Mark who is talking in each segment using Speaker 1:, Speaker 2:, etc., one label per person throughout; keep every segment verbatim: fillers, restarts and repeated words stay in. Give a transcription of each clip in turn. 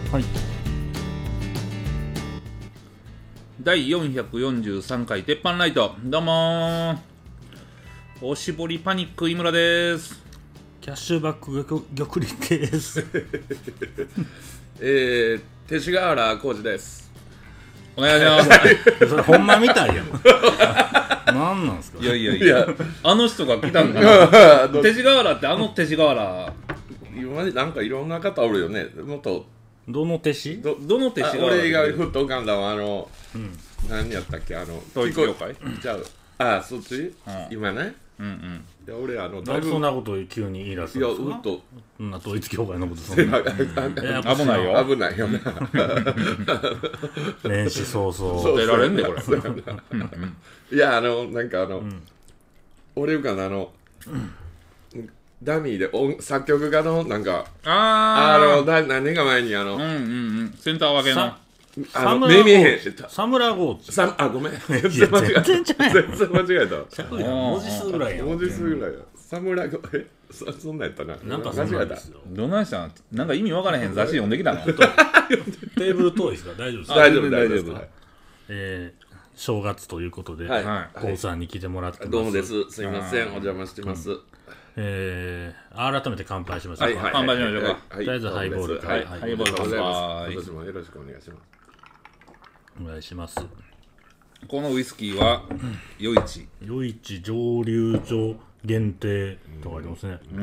Speaker 1: はい。
Speaker 2: だいよんひゃくよんじゅうさんかい鉄板ライト、どうもー、おしぼりパニック井村です。
Speaker 1: キャッシュバック玉玉林です。
Speaker 3: えー、勅使河原浩二です。
Speaker 2: お願いします
Speaker 1: それほんまみたいやん。なんなんすか。
Speaker 2: いやいやい
Speaker 3: いや
Speaker 2: や、あの人が来たんかな。勅使河原ってあの勅使河原、
Speaker 3: 今までなんかいろんな方おるよね。もっと
Speaker 1: どの手師？
Speaker 3: ど
Speaker 2: どの勅使河原？
Speaker 3: 俺がふっと浮かんだのはあの、
Speaker 1: うん、
Speaker 3: 何やったっけ、あの
Speaker 2: 統一教会？
Speaker 3: じゃあ、あ、そっち、うん、今ね。
Speaker 2: うんうん。
Speaker 3: いや俺あの
Speaker 1: なんでそんなこと急に言い出すん
Speaker 3: いや
Speaker 1: ですか。
Speaker 3: うっと
Speaker 1: そんな統一教会のことそんな。
Speaker 2: 危ないよ。
Speaker 3: 危ないよな。
Speaker 1: 年始早々。
Speaker 2: 出られんねこれ。
Speaker 3: いやあのなんかあの、
Speaker 1: うん、
Speaker 3: 俺浮かんだあの、ダミーで音作曲家のなんか
Speaker 2: あー
Speaker 3: あのだ何年か前にあの、
Speaker 2: うんうんうん、センター分けの
Speaker 3: あの目見えへん
Speaker 1: サムラゴーチ。
Speaker 3: さあごめん全然間違えた。全然間違えた。
Speaker 1: 文字数ぐらいやん。
Speaker 3: 文字数ぐらいや。サムラゴえ そ, そんなんやったな。
Speaker 1: なんかそんなんですよ。
Speaker 2: どないしたん？なんか意味分からへん雑誌読んできたの？
Speaker 1: テーブル遠いですか？大丈夫ですか？
Speaker 3: 大丈夫大丈夫。はい、
Speaker 1: えー、正月ということで、
Speaker 3: はい
Speaker 1: コウさんに来てもらってます。
Speaker 3: どうもです。すいません、お邪魔してます。
Speaker 1: えー、改めて乾杯しましょうか。
Speaker 2: 乾杯しましょうか。
Speaker 1: とりあえずハイボール。
Speaker 3: はい、
Speaker 2: ハイボール乾杯。
Speaker 3: 今年もよろしくお願いします。
Speaker 1: お願いします。
Speaker 2: このウイスキーは余市
Speaker 1: 余市蒸留所限定とかありますね。
Speaker 2: うんうん。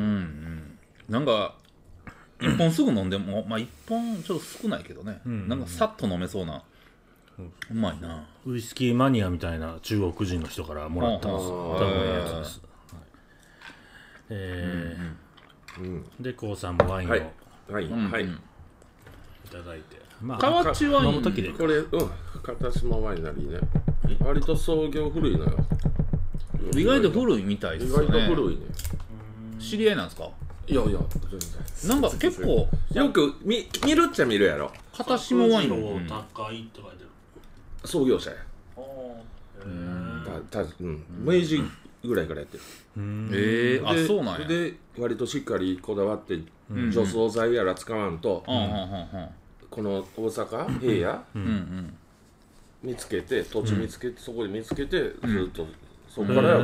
Speaker 2: なんか一本すぐ飲んでも、まあ一本ちょっと少ないけどね、うん、なんかさっと飲めそうな、うん、うまいな。
Speaker 1: ウイスキーマニアみたいな中国人の人からもらったます。多分いいやつです。はい、えーうんうん、でコウさんもワインを、はい
Speaker 3: はい、はい、い
Speaker 1: ただいて、まあ、
Speaker 2: 河内ワイン
Speaker 1: 飲む時で
Speaker 3: これ、うん、片島ワイナリーね。割と創業古いのよ。
Speaker 2: 意外と古いみたいですよね。
Speaker 3: 意外と古いね。
Speaker 2: 知り合いなんですか？
Speaker 3: いやいや、全
Speaker 2: 然。なんか結構
Speaker 3: よく 見, 見るっちゃ見るやろ。
Speaker 2: 片島ワイン
Speaker 1: 高いって書いてる。
Speaker 3: 創業者や。
Speaker 1: あ
Speaker 3: あ、たたうん、明治ぐらいからやってる。
Speaker 2: ええー、あ、そうなんや。
Speaker 3: で割としっかりこだわって除草剤やら使わんと、
Speaker 2: うんうん、
Speaker 3: この大阪平野、うんうん、見つけて土地見つけて、うん、そこで見つけてずっと、うん、そこからやから。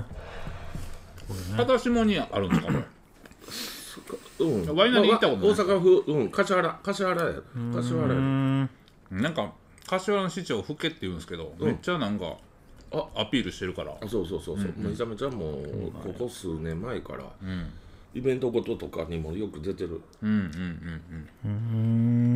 Speaker 2: 片下にあるんですかこれ？
Speaker 3: うん、
Speaker 2: ワイナリー行ったことない。
Speaker 3: 大阪府、うん、柏原柏原や柏原や。
Speaker 2: なんか柏の市長府家って言うんですけど、うん、めっちゃなんかあアピールしてるから。
Speaker 3: そうそうそうそう、うんうん、めちゃめちゃもう、うん、ここ数年前から、うん、イベントごととかにもよく出てる。うんうん
Speaker 1: うんうん。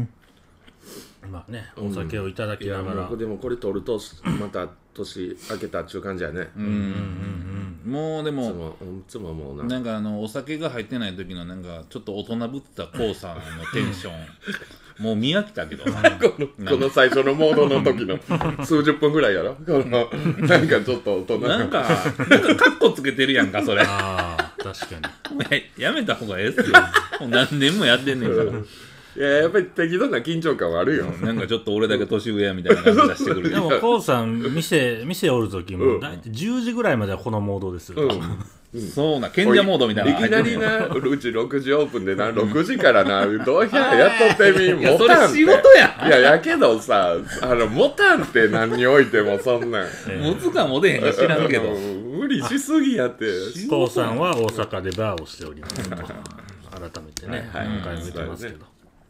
Speaker 1: うんまあね、お酒をいただきながら、
Speaker 3: うん、いやでもこれ取るとまた年明けたっていう感じやね。
Speaker 2: うんうんうんうん。もうでも
Speaker 3: いつももうな、
Speaker 2: なんかあのお酒が入ってない時のなんかちょっと大人ぶったコウさんのテンションもう見飽きたけどこ
Speaker 3: のこの最初のモードの時の数十分ぐらいやろ。このなんかちょっと大人
Speaker 2: なんかなんかカッコつけてるやんかそれ。
Speaker 1: ああ確か
Speaker 2: にやめた方がええっすよ。もう何年もやってんねんから。
Speaker 3: いややっぱり適度な緊張感はあるよ。
Speaker 2: なんかちょっと俺だけ年上やみたいな感じ出してくる。
Speaker 1: でもコウさん店店おる時もだいたいじゅうじぐらいまではこのモードですよ。うん
Speaker 2: うん、そうな賢者モードみたいな。
Speaker 3: いきなりなうちろくじオープンでなろくじからなどうややっとってみ
Speaker 2: もたんって。いやそれ仕事や。
Speaker 3: いややけどさあのもたんって何においてもそんなん
Speaker 2: 持つか持てへんか知らんけど
Speaker 3: 無理しすぎやって。
Speaker 1: コウさんは大阪でバーをしております。改めてね何回も言ってますけど。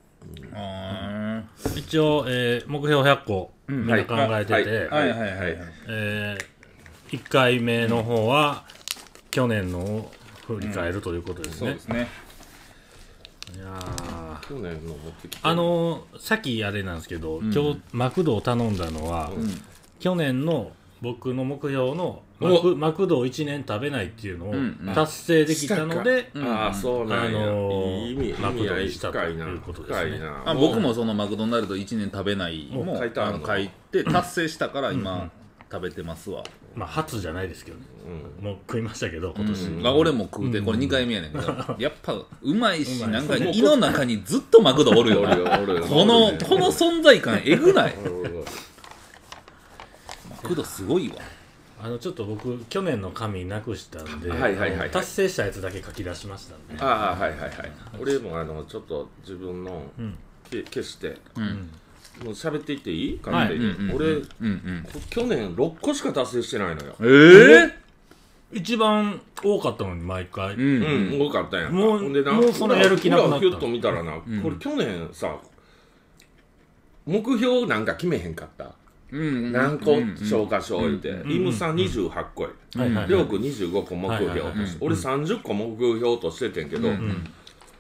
Speaker 1: うん、一応、えー、目標ひゃっこみんな考えてていっかいめの方は、うん、去年のを振り返るということですね、うん、そうですね。いや
Speaker 3: 去年の持ってきて
Speaker 1: あのー、さっきあれなんですけど、うん、今日マクドを頼んだのは、うん、去年の僕の目標のマク、マクドをいちねん食べないっていうのを達成できたので、
Speaker 3: うんうん、ああそうなんや、あのー、いい意味
Speaker 1: マクドにしたということですね。
Speaker 2: あ僕もそのマクドナルドいちねん食べないも書いてあの書いて達成したから今、うんうん、食べてますわ。
Speaker 1: まあ初じゃないですけどね、うん、もう食いましたけど今年、
Speaker 2: うんまあ、俺も食うてこれにかいめやねんけど、うん、やっぱうまいしなんか胃の中にずっとマクドおるよなこのこの存在感えぐないマクドすごいわ。
Speaker 1: あのちょっと僕去年の紙なくしたんで、はいはいはいはい、達成したやつだけ書き出しましたんで。
Speaker 3: ああはいはいはい俺もあのちょっと自分のけ消して
Speaker 2: うん
Speaker 3: もう喋っていっていい
Speaker 1: はい
Speaker 3: 勝手に、
Speaker 2: うんうん
Speaker 3: 俺、
Speaker 2: うんうん
Speaker 3: 去年ろっこしか達成してないのよ。
Speaker 2: ええ
Speaker 1: 一番多かったのに毎回、
Speaker 2: うん
Speaker 3: うん、多かったんやんか。
Speaker 1: もう
Speaker 3: ほんでな
Speaker 1: もうそのやる気なくなった
Speaker 3: 裏をヒュッと見たらな、
Speaker 2: ん
Speaker 3: これ去年さ目標なんか決めへんかった、
Speaker 2: うん
Speaker 3: 何個
Speaker 2: うん
Speaker 3: 消化賞言うて、
Speaker 1: ん
Speaker 3: イムさんにじゅうはちこや、
Speaker 1: はいはい
Speaker 3: りょうくんにじゅうごこ目標として、
Speaker 1: はいはいはい
Speaker 3: 俺さんじゅっこ目標としててんけど、
Speaker 2: うん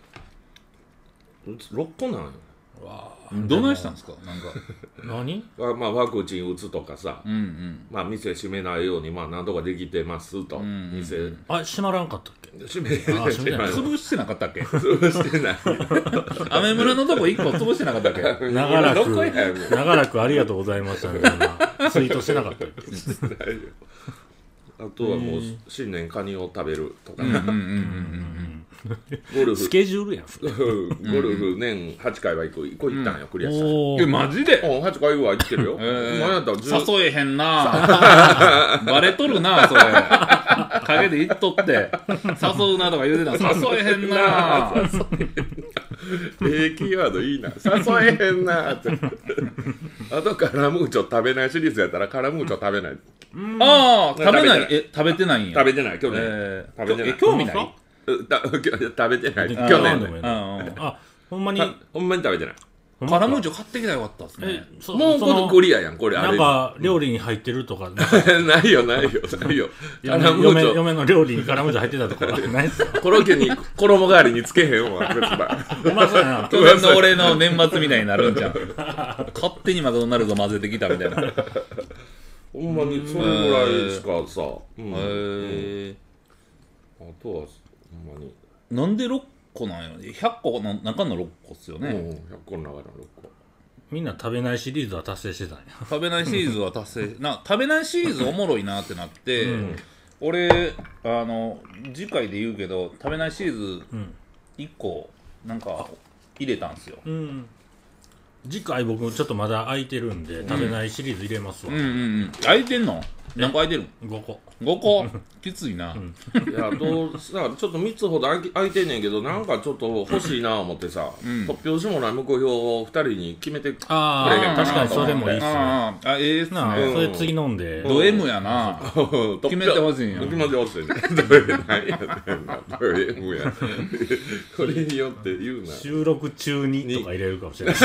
Speaker 3: ろっこなんよ。
Speaker 2: どないしたんですかなんか
Speaker 1: 何
Speaker 3: あまあ、ワクチン打つとかさ、
Speaker 2: うんうん
Speaker 3: まあ、店閉めないようにまあなんとかできてますと、
Speaker 2: ん
Speaker 3: 店
Speaker 1: あ閉まらんかったっけ
Speaker 3: 閉め
Speaker 1: あ閉めない
Speaker 2: 潰してなかったっけ
Speaker 3: 潰してない
Speaker 2: アメ村のとこ一個潰してなかったっけ
Speaker 1: 長らく
Speaker 3: どこやねん
Speaker 1: 長らくありがとうございましたみたいなツイートしてなかったっけ
Speaker 3: あとはもう新年カニを食べるとか、
Speaker 2: うんうんうんうん
Speaker 3: ゴルフ
Speaker 1: スケジュールやんそれ
Speaker 3: ゴルフ年はちかいは行く行こう行ったんよ、クリアした
Speaker 1: おー
Speaker 2: えマジで
Speaker 3: うんはちかいは行ってるよ、
Speaker 2: え
Speaker 3: 前やったらじゅう
Speaker 2: 誘えへんなバレとるなそれ陰で言っとって誘うなとか言うてたの誘えへんな
Speaker 3: ええキーワードいいな誘えへんなってあとカラムーチョ食べないシリーズやったらカラムーチョ食べない
Speaker 2: ああ食べない
Speaker 3: 食べてない
Speaker 2: え食べてないんや
Speaker 3: 食べてない去年、
Speaker 2: えー
Speaker 3: 食べてない
Speaker 2: え興味ない
Speaker 1: ほ
Speaker 3: うた食べてない
Speaker 1: で
Speaker 3: 去年ね
Speaker 1: あーでもいいな
Speaker 2: うんうん
Speaker 1: あほんまに
Speaker 3: たほんまに食べてない
Speaker 1: ほんまか
Speaker 2: カラムーチョ買ってきたらよかったっす
Speaker 1: え
Speaker 2: ね
Speaker 1: そ
Speaker 3: もうこ
Speaker 1: その
Speaker 3: れクリアやんこれあれ
Speaker 1: なんか料理に入ってるとかなんか
Speaker 3: ないよないよないよカ
Speaker 1: 嫁
Speaker 3: ラムーチョ
Speaker 1: 嫁嫁の料理にカラムーチョ入ってたとかないっすか
Speaker 3: コロッケに衣代わりにつけへんわ別だ
Speaker 1: うまそうやな
Speaker 2: 去年の俺の年末みたいになるんじゃん勝手にマクドナルド混ぜてきたみたいなへ
Speaker 3: ほんまにそれぐらいしかさ、うん
Speaker 2: え
Speaker 3: あとはほんまに、
Speaker 2: なんでろっこなんやひゃっこの中のろっこっすよ
Speaker 3: うん、
Speaker 2: ね
Speaker 3: ひゃっこの中のろっこ
Speaker 1: みんな食べないシリーズは達成してたんや
Speaker 2: 食べないシリーズは達成な食べないシリーズおもろいなってなって、
Speaker 1: うん
Speaker 2: 俺あの次回で言うけど食べないシリーズ
Speaker 1: うん
Speaker 2: いっこなんか入れたんすよ
Speaker 1: うん次回僕ちょっとまだ空いてるんで食べないシリーズ入れますわ、
Speaker 2: うんうんうん空いてんの何個空いてるん
Speaker 1: ごこ
Speaker 2: ごこきついな、
Speaker 3: いやどうさちょっとみっつほど空い空いてんねんけどなんかちょっと欲しいな思ってさ、
Speaker 2: ん
Speaker 3: 突拍子もない目標をふたりに決めてくれへん
Speaker 1: ああ
Speaker 3: かな
Speaker 1: 確かにそれもいいっすね
Speaker 2: あああええっす
Speaker 1: なあ、
Speaker 2: ね
Speaker 1: それ次飲んで、
Speaker 2: ド M やな決めてほしいんや
Speaker 3: 決めてほしいねどれなんやねんなどれ M やこれによって言うな
Speaker 1: 収録中にとか入れるかもしれないです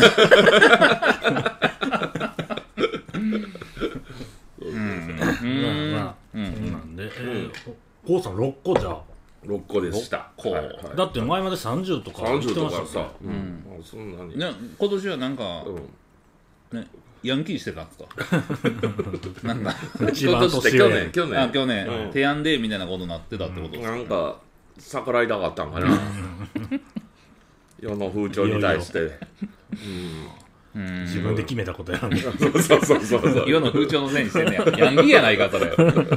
Speaker 2: うん
Speaker 1: まあまあ、
Speaker 2: うん
Speaker 1: そんなんで、えー、こうさんろっこじゃあ
Speaker 3: ろっこでした
Speaker 2: こう
Speaker 3: はいはい
Speaker 1: だって前までさんじゅうとか
Speaker 3: さんじゅう
Speaker 1: 言ってましたよ
Speaker 3: とかさ、うんあそんなに、
Speaker 2: ね今年はなんか、
Speaker 3: うん
Speaker 2: ね、ヤンキーしてたんですかなんか
Speaker 1: 一番年
Speaker 3: 去
Speaker 1: 上
Speaker 3: 年去年
Speaker 2: あ去年、
Speaker 3: うん
Speaker 2: 提案でみたいなことになってたってことですか、
Speaker 3: なんか逆らいたかったんかな世の風潮に対して
Speaker 2: うん
Speaker 1: 自分で決めたことやのに
Speaker 3: そうそうそうそうそう
Speaker 2: 世の風潮のせいにしてんねやヤンキーやないかそれ
Speaker 3: そうそう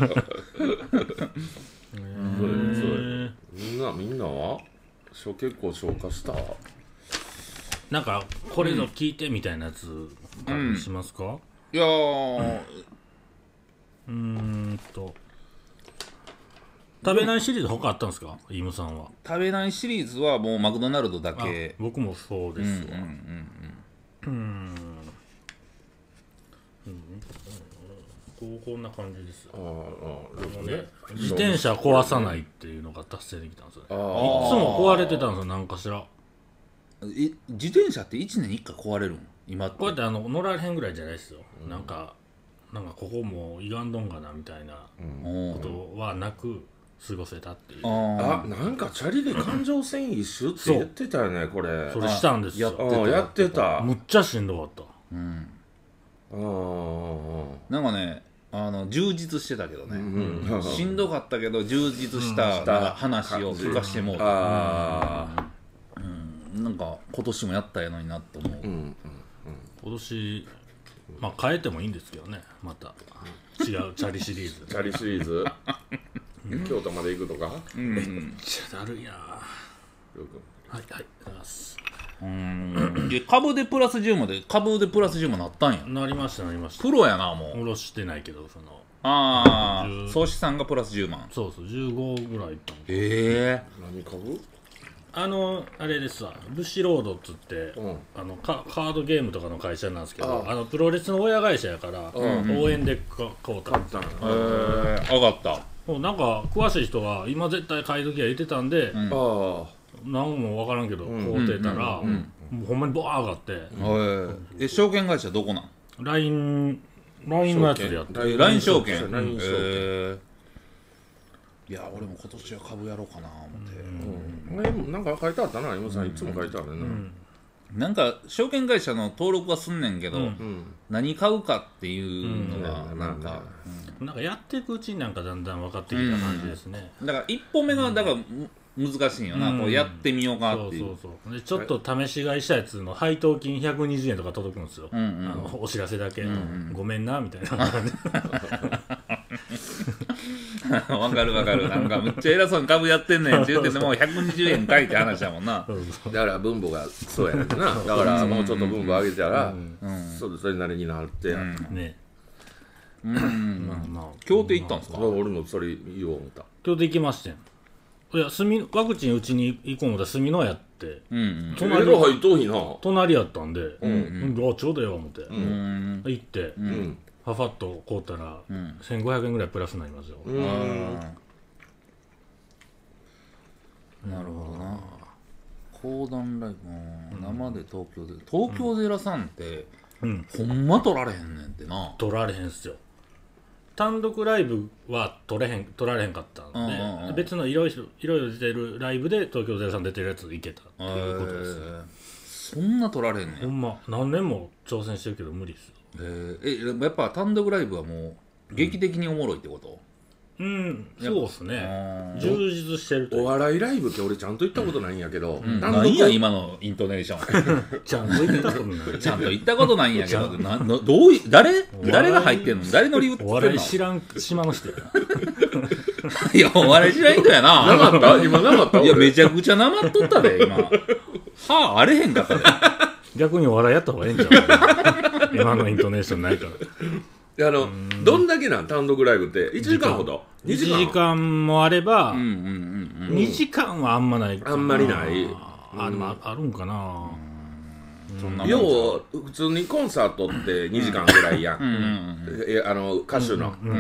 Speaker 1: へ
Speaker 3: みんなみんなはしょ結構消化した
Speaker 1: ーなんかこれの聞いてみたいなやつあったりしますか、
Speaker 2: いやー、
Speaker 1: うーんと食べないシリーズ他あったんですかイムさんは
Speaker 2: 食べないシリーズはもうマクドナルドだ
Speaker 1: あ
Speaker 2: け
Speaker 1: 僕もそうですわ
Speaker 2: うんうんうん
Speaker 1: うーんこうこんな感じです
Speaker 3: ああああ
Speaker 1: ね自転車壊さないっていうのが達成できたんですよねいつ
Speaker 3: あ
Speaker 1: も壊れてたんですよ何かしら
Speaker 2: うんえ自転車っていちねんにいっかい壊れるん今って
Speaker 1: こうやってあの乗られへんぐらいじゃないですよ、なんかなんかここもう歪んどんがなみたいな
Speaker 2: うん
Speaker 1: ことはなく過ごせたっていう
Speaker 2: あ
Speaker 3: あなんかチャリで環状線一周って言ってたよねこれ
Speaker 1: それしたんですよ
Speaker 3: ああやってた
Speaker 1: むっちゃしんどかった
Speaker 2: うん
Speaker 3: ああ
Speaker 2: なんかねあの充実してたけどね、
Speaker 3: うん
Speaker 2: しんどかったけど充実したなんか話を聞かしてもうた、
Speaker 3: ああ
Speaker 2: うんなんか今年もやったやのになと思う、
Speaker 3: うん
Speaker 1: 今年まあ変えてもいいんですけどねまた違うチャリシリーズ
Speaker 3: チャリシリーズ京都まで行くとか
Speaker 2: うん
Speaker 1: めっちゃだるいなは
Speaker 3: よく
Speaker 1: いはいありがとうございます
Speaker 2: うんで株でプラスじゅうまで株でプラスじゅうもなったんや
Speaker 1: なりましたなりました
Speaker 2: プロやなもう
Speaker 1: 下ろしてないけどその
Speaker 2: あ
Speaker 1: じゅう
Speaker 2: あ総資産がプラスじゅうまん
Speaker 1: そうそうじゅうごぐらいいったんで
Speaker 2: ええ
Speaker 3: 何株
Speaker 1: あのあれですわ、ブシロードっつって、
Speaker 3: うん、
Speaker 1: あの カ, カードゲームとかの会社なんですけど、ああのプロレスの親会社やから、うん、応援で買うたんですよ。
Speaker 2: へえー、上がった。
Speaker 1: もうなんか詳しい人は今絶対買い時は言ってたんで、うん、あ何も分からんけど、うん、買うてたら、うんうんうん、もうほんまにボワー上がって、
Speaker 2: うん、え証券会社どこなん？
Speaker 1: ライン ライン のやつでやってる。
Speaker 2: ライン証券。ライン証券、えー、いや俺も今年は株やろうかな思って、
Speaker 3: うんうん、なんか書いてあったな、今さんいつも書いてあるな、うん、
Speaker 2: なんか証券会社の登録はすんねんけど、うん、何買うかっていうのがなんか、
Speaker 1: うん、なんかやっていくうちになんかだんだん分かってきた感じですね、
Speaker 2: うん、だから一歩目がだから難しいよな、うん、こうやってみようかっていう、
Speaker 1: そうそうそうでちょっと試し買いしたやつの配当金ひゃくにじゅうえんとか届くんですよ、うんうん、あのお知らせだけ、うんうん、ごめんなみたいな感じ
Speaker 2: わかるわかる、なんかめっちゃ偉そうに株やってんねんって言っててもひゃくにじゅうえんかいって話だもんな。
Speaker 3: だから分母がそうやねんな、だからもうちょっと分母上げたら、うんうん、そ, それなりになって、うん、ね
Speaker 2: うん、まあまあ協定行ったんですか？
Speaker 3: 俺もそれ言おう思った。
Speaker 1: 協定行きましてん。いや住ワクチンうちに行こう思ったら住のやって、うんうん、
Speaker 3: 隣入っといな
Speaker 1: 隣やったんで、うんうん、あちょうどええわ思って、うん、行って、うん、ファファッと買うたら、うん、せんごひゃくえんぐらいプラスになりますよ。うん、
Speaker 2: なるほどな。講談ライブ、うん、生で東京で東京ゼラさんって、うん、ほんま取られへんねんってな。
Speaker 1: 取られへんっすよ。単独ライブは取れへん取られへんかったんで、うんうんうん、別のいろいろいろいろ出てるライブで東京ゼロさん出てるやついけたっていうことです、え
Speaker 2: ー、そんな取られんねん。
Speaker 1: ほんま何年も挑戦してるけど無理ですよ。
Speaker 2: えー、えやっぱ単独ライブはもう劇的におもろいってこと？
Speaker 1: うん、うん、そうっすね。充実してるという。
Speaker 3: お笑いライブって俺ちゃんと行ったことないんやけど、
Speaker 2: うん、何や今のイントネーション
Speaker 1: ちゃんと行ったことない
Speaker 2: ちゃんと行ったことないんやけどなのどうい誰誰が入ってんの？誰の理由ってんの？
Speaker 1: お笑い知らん島の人や
Speaker 2: いやお笑い知らん人やな。
Speaker 3: なかった今なかった
Speaker 2: いやめちゃくちゃなまっとったで今はああれへんかったで
Speaker 1: 逆にお笑いやった方がええんちゃう今のイントネーションないから
Speaker 3: あのどんだけなん単独ライブっていちじかんほど
Speaker 1: いちじかんもあれば、うんうんうんうん、にじかんはあんまないかな。
Speaker 3: あんまりない。
Speaker 1: あでもあるんかな。
Speaker 3: 要は普通にコンサートってにじかんぐらいやん、うんうんうん、あの歌手の、うんうんうん、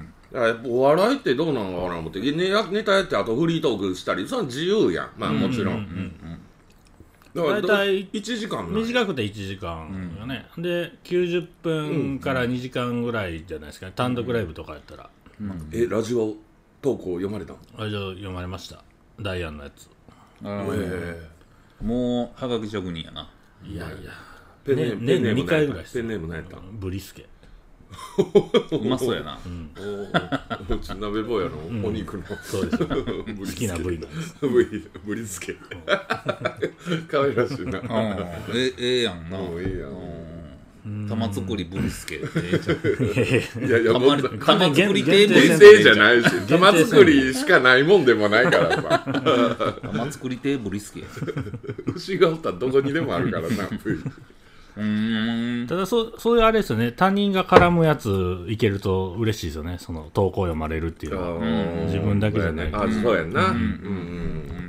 Speaker 3: だからお笑いってどうなのかなと思ってネタやってあとフリートークしたりそれは自由やん、まあもちろん、うんうんうん
Speaker 1: だいたい
Speaker 3: いちじかん
Speaker 1: 短くていちじかんよね、うん、できゅうじゅっぷんからにじかんぐらいじゃないですか、ね、単独ライブとかやったら、
Speaker 3: うんうん、えラジオ投稿読まれたの？
Speaker 1: ラジオ読まれました。ダイアンのやつ。
Speaker 2: えー、もうはがき職人やな。
Speaker 1: いやいや
Speaker 3: ペンネーム、
Speaker 1: ね、年ににかいぐらいです。
Speaker 3: ペンネーム何やった
Speaker 1: ブリスケ
Speaker 2: うまそうやな、うん、
Speaker 3: おち鍋坊やの、うん、お肉の
Speaker 1: そうです好きな部位なんです
Speaker 3: ブリスケかわいらしいな
Speaker 2: ええやんな。
Speaker 3: ええや
Speaker 2: ん玉作りブリスケ
Speaker 3: いやいや
Speaker 2: 玉作り亭
Speaker 3: 限定じゃないし玉作りしかないもんでもないからさ
Speaker 2: 玉作り亭ブリスケ
Speaker 3: 牛がおったらどこにでもあるからな
Speaker 1: うーんただ そ, そういうあれですよね、他人が絡むやついけると嬉しいですよね、その投稿読まれるっていうのは自分だけじゃない、
Speaker 3: ね、あそうやんな、うんうんうん、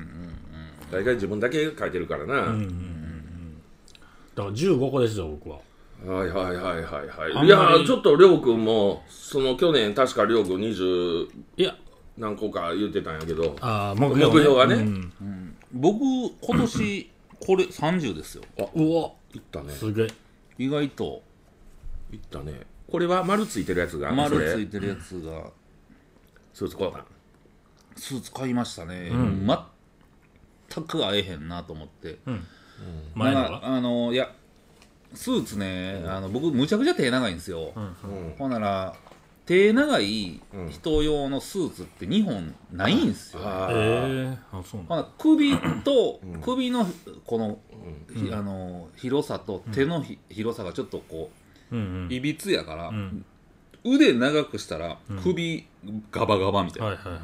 Speaker 3: 大概自分だけ書いてるからな、うんうんうん、
Speaker 1: だからじゅうごこですよ僕は。
Speaker 3: はいはいはいはいはいいやちょっとりょうくんもその去年確かりょうくんにじゅう何個か言ってたんやけど
Speaker 1: あ
Speaker 3: 目標、ね、目標がね、うん
Speaker 2: うん、僕今年これさんじゅうですよ。
Speaker 3: あうわいったね。
Speaker 1: すげえ
Speaker 2: 意外と
Speaker 3: いったね。これは丸ついてるやつが
Speaker 2: 丸ついてるやつが、うん、
Speaker 3: スーツ買った。
Speaker 2: スーツ買いましたね、うん、全く合えへんなと思って、うんうん、前のはあのいやスーツね、うん、あの僕むちゃくちゃ手長いんですよ、うんうん、ほんなら手長い人用のスーツってにほんないんですよ、ね、あ、
Speaker 1: えー、あそうなんだ。
Speaker 2: 首と首のこの、うん、あの広さと手のひ、うん、広さがちょっとこう、うんうん、いびつやから、うん、腕長くしたら首ガバガバみたいな、うんはいはいはい、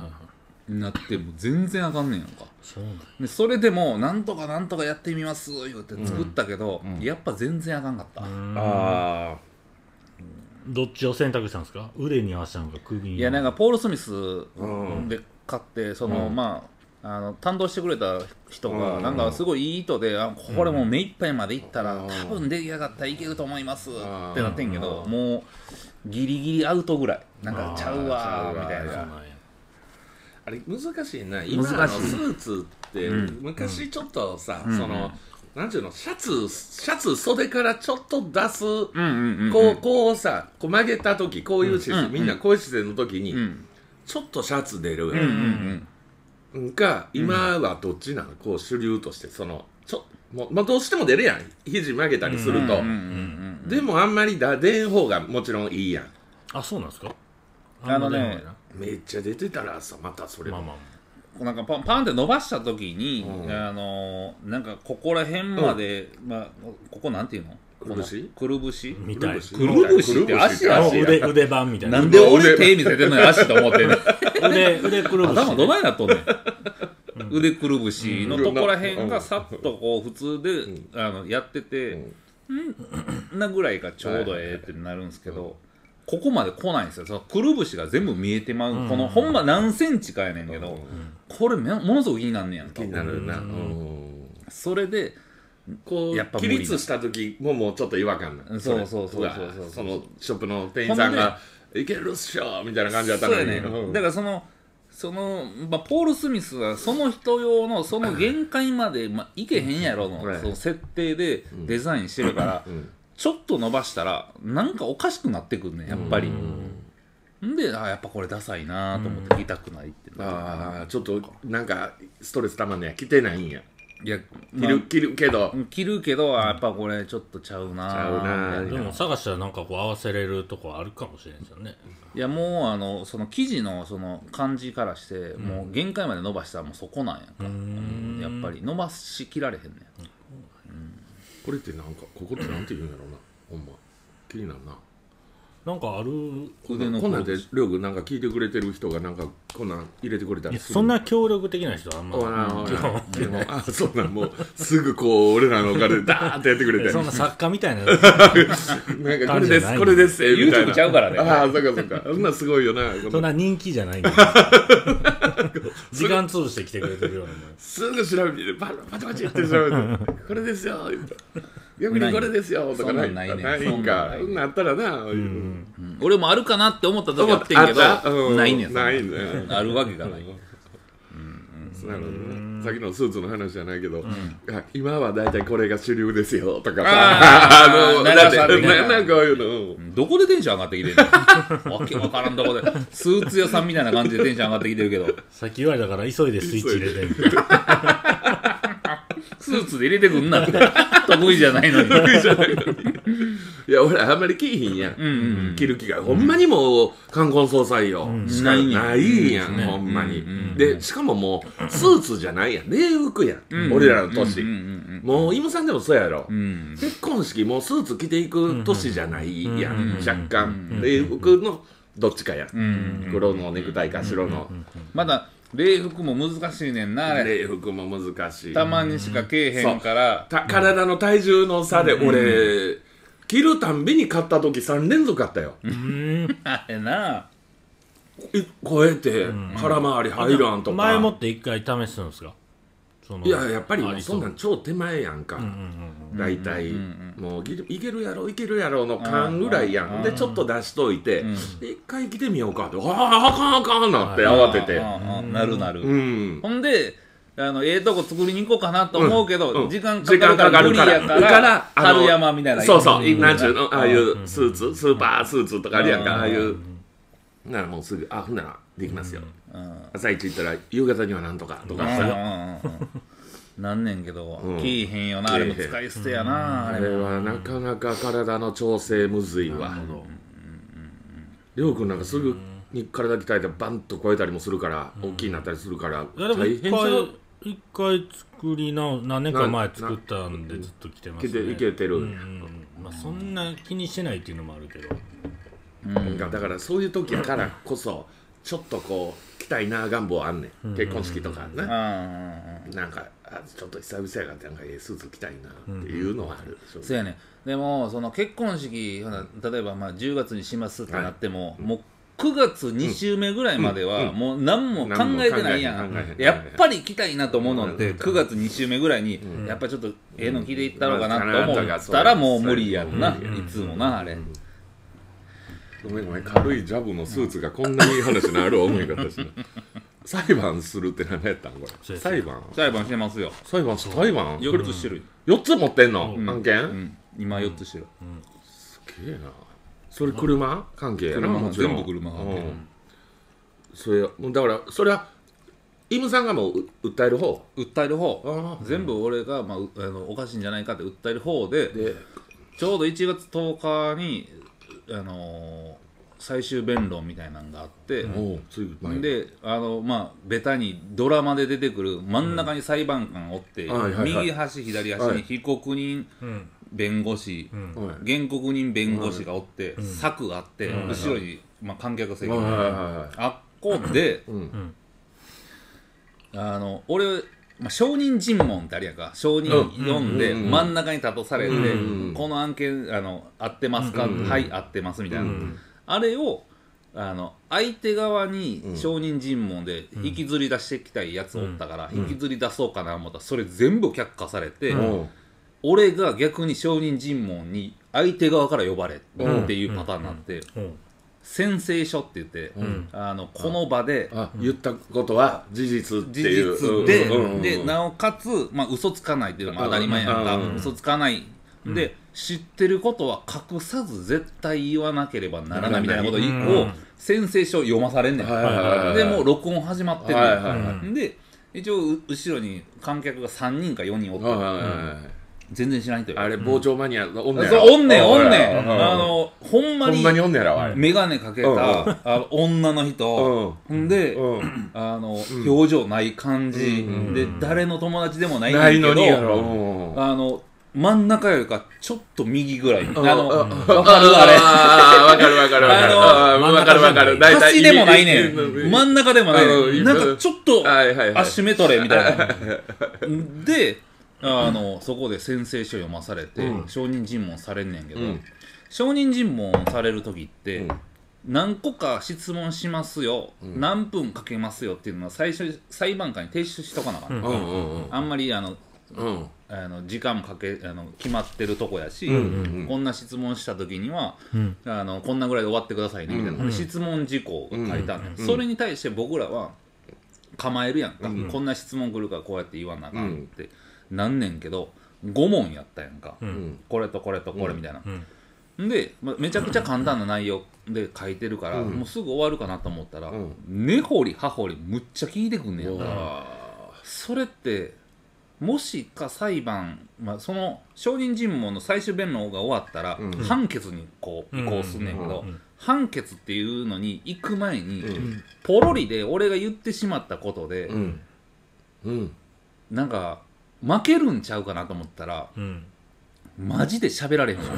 Speaker 2: なっても全然あかんねんやんか。そうなんでそれでもなんとかなんとかやってみます言うて作ったけど、うんうん、やっぱ全然あかんかった。
Speaker 3: あ
Speaker 1: どっちを選択したんですか？腕に合わせたのか首に？
Speaker 2: いやなんかポール・スミスで買ってその、うん、まああの担当してくれた人がなんかすごいいい人で、あこれもう目いっぱいまでいったら多分出来上がったらいけると思いますってなってんけど、もうギリギリアウトぐらいなんかちゃうわみたいな。
Speaker 3: あれ難しいな。今のスーツって昔ちょっとさ、そのなんていうの、シャツシャツ袖からちょっと出す、こうこうさ、こう曲げた時、こういう姿勢、みんなこういう姿勢の時にちょっとシャツ出るが、今はどっちなの？こう主流としてそのちょもう、まあ、どうしても出るやん、肘曲げたりすると。でもあんまりだ出ん方がもちろんいいやん。
Speaker 1: あ、そうなんですか？
Speaker 2: あのね、
Speaker 3: めっちゃ出てたらさ、またそれ
Speaker 1: まあまあ
Speaker 2: なんかパンパンって伸ばした時に、うん、あのなんかここら辺まで、うん、まあここなんていうの？
Speaker 3: くるぶし？
Speaker 2: くるぶし
Speaker 1: みたい。
Speaker 2: くるぶしって足足
Speaker 1: 腕腕盤みたいな。
Speaker 2: なんで俺手見せてんのに足と思ってんの？
Speaker 1: 腕腕くるぶし。
Speaker 2: 頭どないなっとんねん。腕くるぶしのとこら辺がさっとこう普通で、うん、あのやってて、うん、なぐらいがちょうどええってなるんですけど。ここまで来ないんですよ。そのくるぶしが全部見えてまう、うん、このほんま何センチかやねんけど、うん、これものすごく気になんねやんか。
Speaker 3: 気になるな、うん
Speaker 2: うん、それで
Speaker 3: こうやっぱ起立した時ももうちょっと違和感な。
Speaker 2: そうそうそうそうそう
Speaker 3: そのショップの店員さんがいけるっしょみたいな感じだったのに、ね、
Speaker 2: うん、だからそのその、まあ、ポール・スミスはその人用のその限界まで、まあ、いけへんやろ の,、うん、その設定でデザインしてるから、うんうんちょっと伸ばしたらなんかおかしくなってくんねやっぱり。んであやっぱこれダサいなと思って着たくないって
Speaker 3: ああちょっとなんかストレスたまんねや着てないんや。
Speaker 2: いや
Speaker 3: 着る、まあ、着るけど
Speaker 2: 着るけどやっぱこれちょっとちゃうな
Speaker 3: ちゃうな。
Speaker 1: でも探したらなんかこう合わせれるとこあるかもしれないですよね。
Speaker 2: いやもうあのその生地のその感じからして、うん、もう限界まで伸ばしたらもうそこなんやんか。うん、やっぱり伸ばしきられへんねん。
Speaker 3: これってなんかここってなんて言うんやろうなほんま気になるな。
Speaker 1: なんかある
Speaker 3: 腕のこんなんでりょうくんなんか聞いてくれてる人がなんかこんなん入れてくれたりする。
Speaker 1: そんな協力的な人はあんま
Speaker 3: 基本あそうなんもうすぐこう俺らのお金でダーッとやってくれて
Speaker 1: そんな作家みたいな
Speaker 3: なんかこれですこれですみたいな
Speaker 2: YouTube ちゃうからね。
Speaker 3: ああそうかそうかそんなすごいよな。
Speaker 1: そんな人気じゃないんだ時間潰して来てくれてるようなもん
Speaker 3: すぐ調べてパチパチパチって調べてこれですよ逆にこれですよとかない
Speaker 2: ないね
Speaker 3: ないんかそんなんあったらな、うん
Speaker 2: うんうん、俺もあるかなって思った時あってんけど、うん、ないねん
Speaker 3: ないね
Speaker 2: あるわけがない、うん
Speaker 3: うん、なるほどね。さっきのスーツの話じゃないけど、うん、今はだいたいこれが主流ですよとかさああのだってなんかこういう
Speaker 2: のどこでテンション上がってきてんのわけわからんとこでスーツ屋さんみたいな感じでテンション上がってきてるけど
Speaker 1: さっき言われたから急いでスイッチ入れてん
Speaker 2: スーツで入れてくんなって得意じゃないのに得意じゃないのに
Speaker 3: いや俺あんまり着いひんやん、うんうんうん、着る気が、うん、ほんまにもう冠婚葬祭よ、うん、しかないやん、うん、ほんまに、うんうん、でしかももうスーツじゃないやん礼服やん、うん、俺らの年、うんうんうんうん、もうイムさんでもそうやろ、うん、結婚式もうスーツ着ていく年じゃないやん、うんうん、若干礼服のどっちかやん、うんうん、黒のネクタイか白の、うんうん、
Speaker 2: まだ礼服も難しいねんなあれ。
Speaker 3: 礼服も難しい。
Speaker 2: たまにしかけえへんから
Speaker 3: た体の体重の差で俺、うん、着るたんびに買った時さん連続あったよ。
Speaker 2: うんあれな
Speaker 3: こうやって腹回り入らんとか、
Speaker 1: 前もって一回試すんですか。
Speaker 3: そのいややっぱりもうそんなん超手前やんか、大体もういけるやろいけるやろの勘ぐらいやん、でちょっと出しといて、うん、一回着てみようかって、あああかんあかんなって慌てて、
Speaker 2: なるなる、
Speaker 3: うん、
Speaker 2: ほんであのええとこ作りに行こうかなと思うけど、うんうん、時間
Speaker 3: かかるから無理やから
Speaker 2: 春山みたいな
Speaker 3: そうそうなんちゅうのああいうスーツスーパースーツとかあるやんか、ああいうならもうすぐあほんならできますよ、うん、朝一行ったら夕方にはなんとかとかさ
Speaker 2: なんねんけど、うん、着いへんよなあれも使い捨てやな、
Speaker 3: うん、あれはなかなか体の調整むずいわ。りょうくんなんかすぐに体鍛えてバンと超えたりもするから、うん、大きいなったりするから
Speaker 1: 大変じゃん。一回作り直何年か前作ったんでずっと着てますね。
Speaker 3: いけてる、うん
Speaker 1: うんまあ、そんな気にしてないっていうのもあるけど、
Speaker 3: うん、だからそういう時やからこそちょっとこう着たいな願望あんねん、結婚式とかね、うん、なんかあちょっと久々やからなんかええスーツ着たいなっていうのはある、
Speaker 2: うん、そうやね。でもその結婚式例えばまあじゅうがつにしますってなっても、はい、もうくがつに週目ぐらいまではもう何も考えてないやん。やっぱり行きたいなと思うのってくがつに週目ぐらいにやっぱちょっとええの聞いていったろうかなと思ったらもう無理やんな、いつもなあれ。
Speaker 3: ごめんごめん、軽いジャブのスーツがこんなにいい話になる思い方しな裁判するって何やったんこれ。裁判
Speaker 2: 裁判してますよ。
Speaker 3: 裁判裁判
Speaker 2: よっつしてる。
Speaker 3: よっつ持ってんの案件。
Speaker 2: 今よっつしてる。
Speaker 3: すげえな。それ車関係やな。もちろん
Speaker 2: 全部車関係。
Speaker 3: それだからそれはイムさんがもう訴える方
Speaker 2: 訴える方全部俺がまああのおかしいんじゃないかって訴える方でちょうどいちがつとおかにあの最終弁論みたいなのがあって、であのまあベタにドラマで出てくる真ん中に裁判官がおって、右端左端に被告人弁護士、原告人弁護士がおって、柵があって、後ろにまあ観客席があっこで、あの俺まあ、証人尋問ってあるやんか。証人読んで真ん中に立たされて、この案件あの合ってますか、はい合ってますみたいな、あれをあの相手側に証人尋問で引きずり出してきたいやつおったから、引きずり出そうかな思ったらそれ全部却下されて、俺が逆に証人尋問に相手側から呼ばれっていうパターンになって、宣誓書って言って、うん、あのこの場で
Speaker 3: 言ったことは事実っていう
Speaker 2: 事実で、うん、でなおかつ、まあ、嘘つかないっていうのが当たり前やんか、うん、嘘つかない、うん、で知ってることは隠さず絶対言わなければならないみたいなことを宣誓書読まされんねん、でもう録音始まってる、はいはいはい、で一応後ろに観客がさんにんかよにんおって、はいはいはい、全然知らん人よ。
Speaker 3: あれ傍聴マニアおんね
Speaker 2: んやろ。おんねんおんねん。あのほんまに
Speaker 3: ほんまにおんねんやろあれ。
Speaker 2: 眼鏡かけたあの女の人、んであの表情ない感じで誰の友達でもないんだけど、あの真ん中よりかちょっと右ぐらい。あのわかるあれ。
Speaker 3: わかるわかるわかる。わかるわかる。
Speaker 2: 端でもないねん。真ん中でもないねん。なんかちょっとアシメトレみたいな。で。あのそこで宣誓書読まされて、うん、証人尋問されんねんけど、うん、証人尋問される時って、うん、何個か質問しますよ、うん、何分かけますよっていうのは最初裁判官に提出しとかなかった、うん、あんまりあの、うん、あの時間もかけあの決まってるとこやし、うんうんうん、こんな質問した時には、うん、あのこんなぐらいで終わってくださいねみたいな、うんうん、質問事項が書いてあるね、うんうん、それに対して僕らは構えるやんか、うん、こんな質問来るからこうやって言わなあかんって、うんなんねんけどご問やったやんか、うん、これとこれとこれみたいな、うん、で、ま、めちゃくちゃ簡単な内容で書いてるから、うん、もうすぐ終わるかなと思ったら、うん、根掘り葉掘りむっちゃ聞いてくんねんから、それってもしか裁判、まあ、その証人尋問の最終弁論が終わったら、うん、判決にこう移行すんねんけど、うん、判決っていうのに行く前に、うん、ポロリで俺が言ってしまったことで、うんうん、なんか負けるんちゃうかなと思ったら、うん、マジで喋られへんのよ、うん、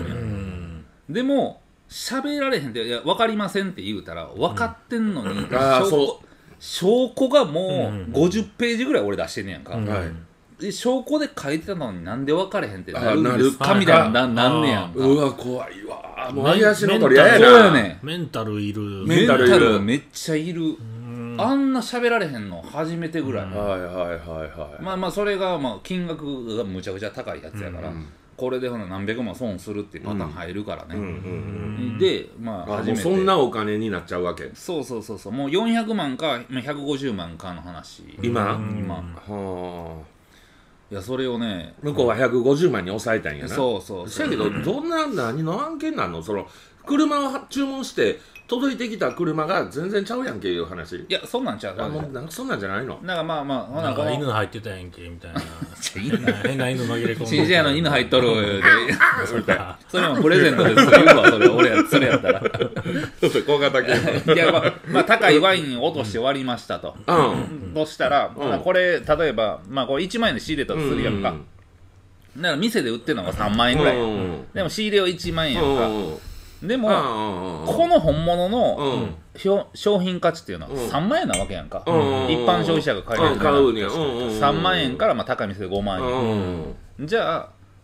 Speaker 2: でも喋られへんっていや分かりませんって言うたら分かってんのに、うん、証拠、証拠がもうごじゅっページぐらい俺出してんねやんか、うんはい、で証拠で書いてたのになんで分かれへんってなるんですかみたいななんねやんか。
Speaker 3: うわ怖いわもう揚げ足の取り合いやな。
Speaker 1: ねメンタルいる
Speaker 2: メンタルめっちゃいる。あんな喋られへんの初めてぐらい、うん、はいはいはいはいまあまあそれがまあ金額がむちゃくちゃ高いやつやから、うんうん、これでほな何百万損するっていうパターン入るからね、うんうんうん、でまあ初めて
Speaker 3: あもうそんなお金になっちゃうわけ。
Speaker 2: そうそうそうそうもうよんひゃくまんかひゃくごじゅうまんかの話
Speaker 3: 今
Speaker 2: 今はあいやそれをね
Speaker 3: 向こうはひゃくごじゅうまんに抑えたんやな。
Speaker 2: そうそう
Speaker 3: そうやけどどんな何の案件なのその車を注文して届いてきた車が全然ちゃうやんけいう話。い
Speaker 2: やそんなんちゃう。
Speaker 3: あもうなんかそんなんじゃないの。
Speaker 2: なんかまあまあほ
Speaker 1: なんか犬入ってたやんけみたいな変な犬紛れ込んで
Speaker 2: 新人やの犬入っとるでそれもプレゼントです言うわそれ俺やそれやったらち
Speaker 3: ょっと小型犬
Speaker 2: いやまあ、まあ、高いワインを落として終わりましたと、うん、としたら、うんまあ、これ例えばまあこれいちまんえんで仕入れたとするやんか、うんうん、だから店で売ってるのがさんまんえんぐらい、うん、でも仕入れはいちまんえんやんか、うんでもこの本物の商品価値っていうのはさんまんえんなわけやんか一般消費者が買えるからさんまんえんからまあ高い店でごまんえんじゃあ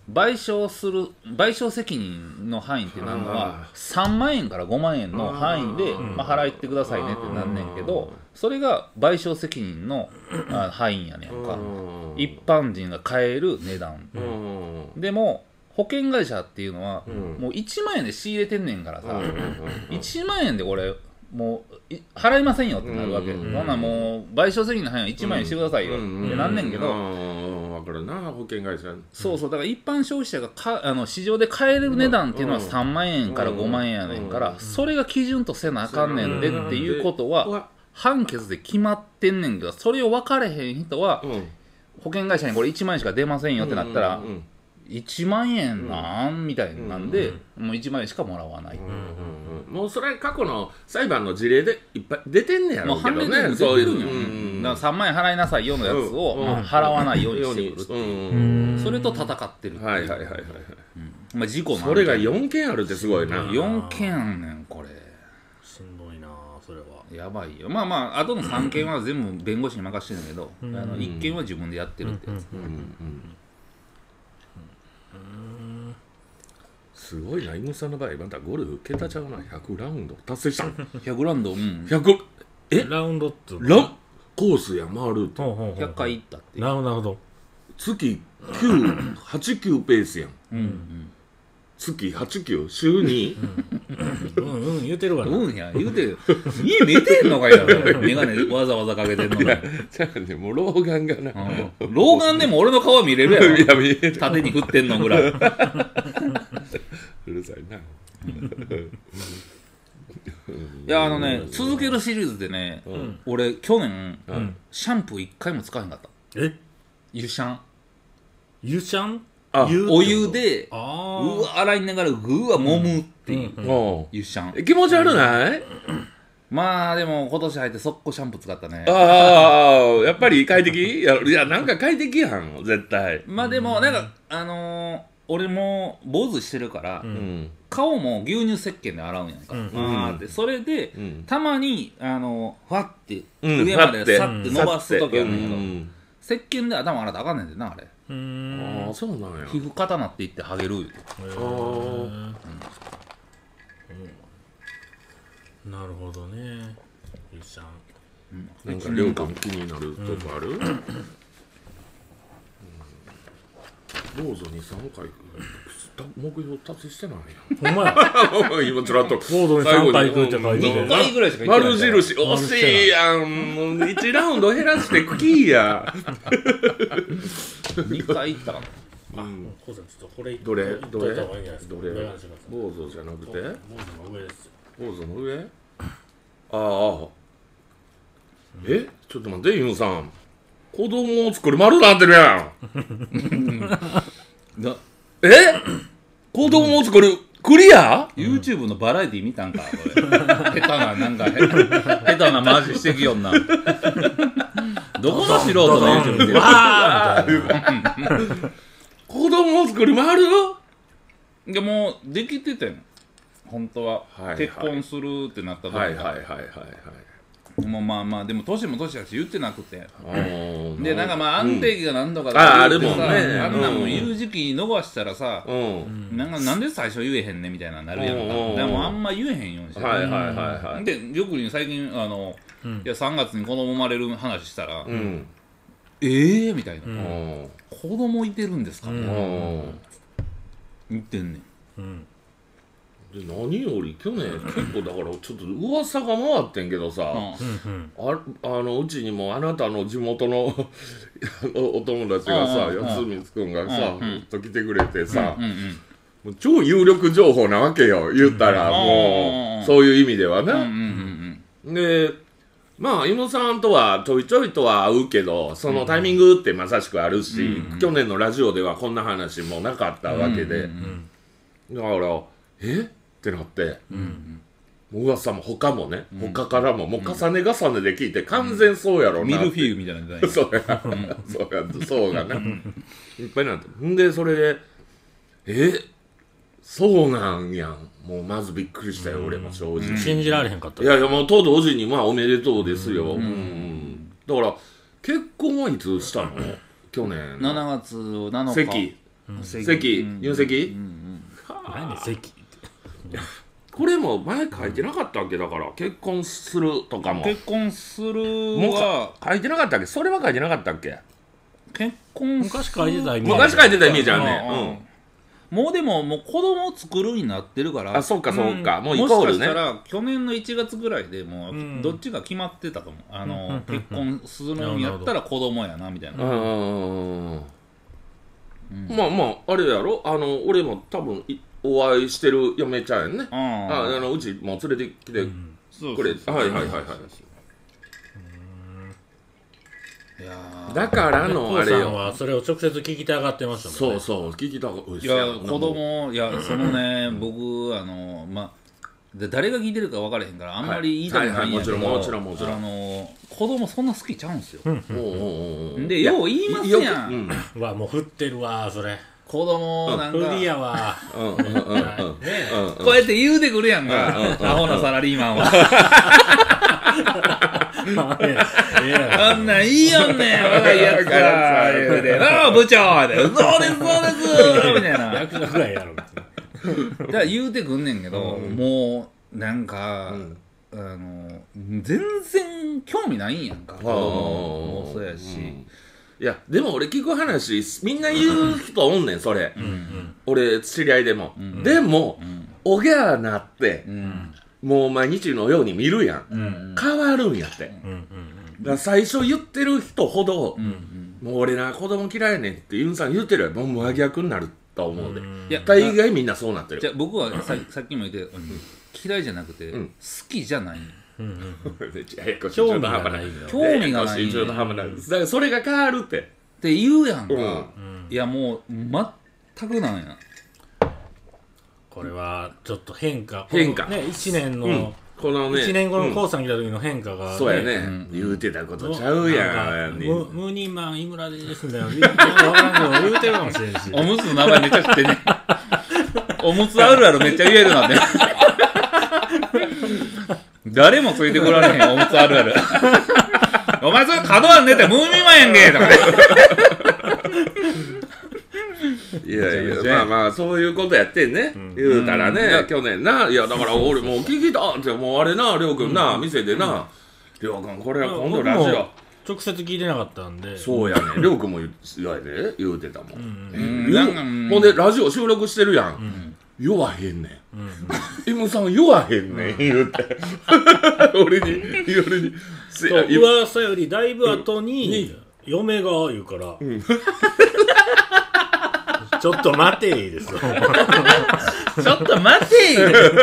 Speaker 2: 賠償する賠償責任の範囲ってなるのはさんまんえんからごまんえんの範囲で、まあ、払ってくださいねってなんねんけど、それが賠償責任の範囲やねんか。一般人が買える値段でも保険会社っていうのはもういちまんえんで仕入れてんねんからさ、いちまんえんでこれもう払いませんよってなるわけ。そんなんもう賠償責任の範囲はいちまんえんしてくださいよってなんねんけど、
Speaker 3: 分かるな保険会社。
Speaker 2: そうそう、だから一般消費者がかあの市場で買える値段っていうのはさんまんえんからごまんえんやねんから、それが基準とせなあかんねんでっていうことは判決で決まってんねんけど、それを分かれへん人は保険会社にこれいちまんえんしか出ませんよってなったらいちまんえんなんみたいなんで、もういちまんえんしかもらわない。
Speaker 3: もうそれ過去の裁判の事例でいっぱい出てんねやろうけどね。
Speaker 2: もう判例で出てるんよ。だからさんまんえん払いなさいよのやつを、まあ、払わないようにしてくるっていう、それと戦ってるっていう。
Speaker 3: はいはいはいはい、
Speaker 2: うん、まあ事故
Speaker 3: それがよんけんあるってすごいな。
Speaker 2: よんけんあんねんこれ。
Speaker 1: しんどいなそれは。
Speaker 2: やばいよ。まあまああとのさんけんは全部弁護士に任してるんだけど、あのいっけんは自分でやってるってやつ。
Speaker 3: すごいな、イムさんの場合またゴルフ桁ちゃうな。ひゃくラウンド達成したの。
Speaker 2: ひゃくラウンド、うん、
Speaker 3: ひゃくえ
Speaker 1: ラウンドって
Speaker 3: ラコースや回るって
Speaker 2: ひゃっかい行ったっていう。
Speaker 1: なるほど。
Speaker 3: 月きゅう、はち、きゅうペースやん。うんうん、月はち、きゅう週に
Speaker 1: うんうんうん言うてるわな。
Speaker 2: うんや言うてる。家見てんのかよ。メガネわざわざかけてんのに。
Speaker 3: いやじゃあね、もう老眼がな、
Speaker 2: うん、老眼でも俺の顔見れるやろ。
Speaker 3: いや見える。
Speaker 2: 縦に振ってんのぐらい。
Speaker 3: うるさいな。
Speaker 2: いやあのね、続けるシリーズでね、うん、俺去年、うん、シャンプーいっかいも使わへんかった。
Speaker 1: え
Speaker 2: 湯シャン
Speaker 1: 湯シャン
Speaker 2: あお湯でうわ洗いながらぐわ揉むっていう、うんうん、湯シャン。
Speaker 3: 気持ち悪ない？
Speaker 2: まあでも今年入って速攻シャンプー使ったね。
Speaker 3: ああやっぱり快適？いや、いやなんか快適やん絶対。
Speaker 2: まあでもなんかあのー、俺も坊主してるから、うん、顔も牛乳石鹸で洗うんやんか、うん、あってそれで、うん、たまにあのファッて上までさって伸ばす時あるんやけど、うん、石鹸で頭洗ったらあかんねんでなあれ。
Speaker 3: うーんああそうなんや。
Speaker 2: 皮膚固なっていって剥げる。へえ、
Speaker 1: うん、なるほどね。ゆうさん、
Speaker 3: うん、なんかりょうくん気になるとこある？うん、坊主にさんかい目標達成してないやん。ほんまや。今ちらっと
Speaker 1: 坊主にさんかい行くって書いて
Speaker 2: にかいぐらいしか行ってない。
Speaker 3: 丸印惜しいやん。もういちラウンド減らしてクキーや。
Speaker 2: にかい行ったかな。
Speaker 1: あ、こうさんちょっとこれ
Speaker 3: どれどれどれ
Speaker 1: 坊
Speaker 3: 主じゃなくて
Speaker 1: 坊主の上ですよ。
Speaker 3: 坊主の上？ああえちょっと待ってユンさん、子供を作る丸なってるやん。なえ子供を作るクリア、
Speaker 2: うん、YouTube のバラエティ見たんかこれ。下手ななんか下手な回ししてきよんな。どこの素人の YouTube 見てる？わー
Speaker 3: 子供を作る丸？
Speaker 2: いやもうできててん本当は、はいはい、結婚するってなった時は
Speaker 3: はいはいはいはいはい
Speaker 2: もうまあまあでも年も年だし言ってなくてでなんかまあ安定期が何とか
Speaker 3: だってさ、
Speaker 2: うん、あ, ね、あんなもん言う時期に伸ばしたらさ、うん、なんかなんで最初言えへんねみたいななるやんか。でもあんま言えへんようにして、
Speaker 3: はいはいはいはい、
Speaker 2: でよく最近あの、うん、いやさんがつに子供生まれる話したら、うん、えーみたいな、うん、子供いてるんですかね、うん、言ってんねん、うん
Speaker 3: で何より去年結構だからちょっと噂が回ってんけどさ、うん、あ, あのうちにもあなたの地元のお友達がさ、安光くんがさ、ずっと来てくれてさ、うんうんうん、もう超有力情報なわけよ言ったら、うん、もうそういう意味ではね、うんうんうん、でまあ猪野さんとはちょいちょいとは会うけどそのタイミングってまさしくあるし、うんうん、去年のラジオではこんな話もなかったわけで、うんうんうん、だからえってなって、うんうん、噂も他もね、うん、他からももう重ね重ねで聞いて、うん、完全そうやろなって、うん、
Speaker 2: ミルフィーユみたいなんじゃない
Speaker 3: そうやそうやそうがねいっぱいなってんでそれでえそうなんやんもうまずびっくりしたよ、うん、俺も正直、うん、
Speaker 1: 信じられへんかった。
Speaker 3: いやいやもうと同時にまあおめでとうですよ、うんうんうん、だから結婚はいつしたの？去年
Speaker 2: しちがつなのか
Speaker 3: 席籍入籍
Speaker 1: 何籍
Speaker 3: これも前書いてなかったっけだから結婚するとかも
Speaker 2: 結婚する
Speaker 3: は書いてなかったっけそれは書いてなかったっけ
Speaker 2: 結婚
Speaker 1: 昔書いてたイメージ
Speaker 3: 昔書いてたイメージあるね
Speaker 2: もうでももう子供を作るになってるから
Speaker 3: あそうかそうか、
Speaker 2: うん、
Speaker 3: もうイコールね
Speaker 2: もしかしたら去年のいちがつぐらいでもうどっちが決まってたかも、うん、あの、うん、結婚するんやったら子供やなみたいなうん、
Speaker 3: うん、まあまああれやろあの俺も多分お会いしてる嫁ちゃんやんねああのうちもう連れてきてくれ、うん、はいはいはいはい
Speaker 2: いや
Speaker 3: だからのあれよ
Speaker 1: はそれを直接聞きたがってましたもん
Speaker 3: ねそうそう聞きたが
Speaker 2: いや子供いやそのね僕あのまあ誰が聞いてるか分からへんからあんまり言いたくないんやけど
Speaker 3: もちろんもちろん
Speaker 2: あの子供そんな好きちゃうんすよ
Speaker 3: うん
Speaker 2: でよう言いますやん
Speaker 1: わもう振ってるわそれ
Speaker 2: 子供なんか
Speaker 1: 振りやわ
Speaker 2: こうやって言うてくるやんかアホなサラリーマンはあんなんいいよね若いやつが言うてなあ部長でそうですそうですみたいな
Speaker 1: 役者ぐらいやろ
Speaker 2: だから言うてくんねんけどもうなんかあの全然興味ないんやんか子供もそうやし
Speaker 3: いやでも俺聞く話みんな言う人おんねんそれ、うんうん、俺知り合いでも、うん、でも、うん、おぎゃーなって、うん、もう毎日のように見るやん、うん、変わるんやって、うんうん、だから最初言ってる人ほど、うんうん、もう俺な子供嫌いやねんってユンさん言ってるやんもう真逆になると思うで、うん、いや大概みんなそうなってる
Speaker 2: じゃあ僕は さ, さっきも言って、うん、嫌いじゃなくて、うん、好きじゃない
Speaker 3: うんうん、
Speaker 1: 興味がない
Speaker 2: 興味がない
Speaker 3: 中途半端ないだからそれが変わるって
Speaker 2: って言うやんか、うん、いやもう全くなんや
Speaker 1: これはちょっと変化
Speaker 3: 変化
Speaker 1: ねいちねんの、うん、
Speaker 3: このね
Speaker 1: いちねんごのコウさん来た時の変化が、ね
Speaker 3: うん、そうやね、うん、言うてたことちゃうやん
Speaker 1: ムーニーマン井村ですみたいな分からんけど言うてるかもしれんし
Speaker 2: おむつの名前めっちゃ知ってねおむつあるあるめっちゃ言えるなんて誰もついてこられへんおむつあるあるお前それ角はねてムーミンマンやんけとかね
Speaker 3: いやいやまあまあそういうことやってんね、うん、言うたらね、うん、去年ないやだから俺もう聞きたってもうあれなりょうくんな、うん、店でなりょうくんこれは今度ラジオ
Speaker 1: 直接聞いてなかったんで
Speaker 3: そうやねりょうくんも言うで言うてたもん、うんうん、ほんでラジオ収録してるやん、うん酔わへんねん、うん、M さん酔わへんねん言うて俺に俺に
Speaker 1: そう噂よりだいぶ後に、うん、嫁が言うから、うん、ちょっと待ていですよ
Speaker 2: ちょっと待てい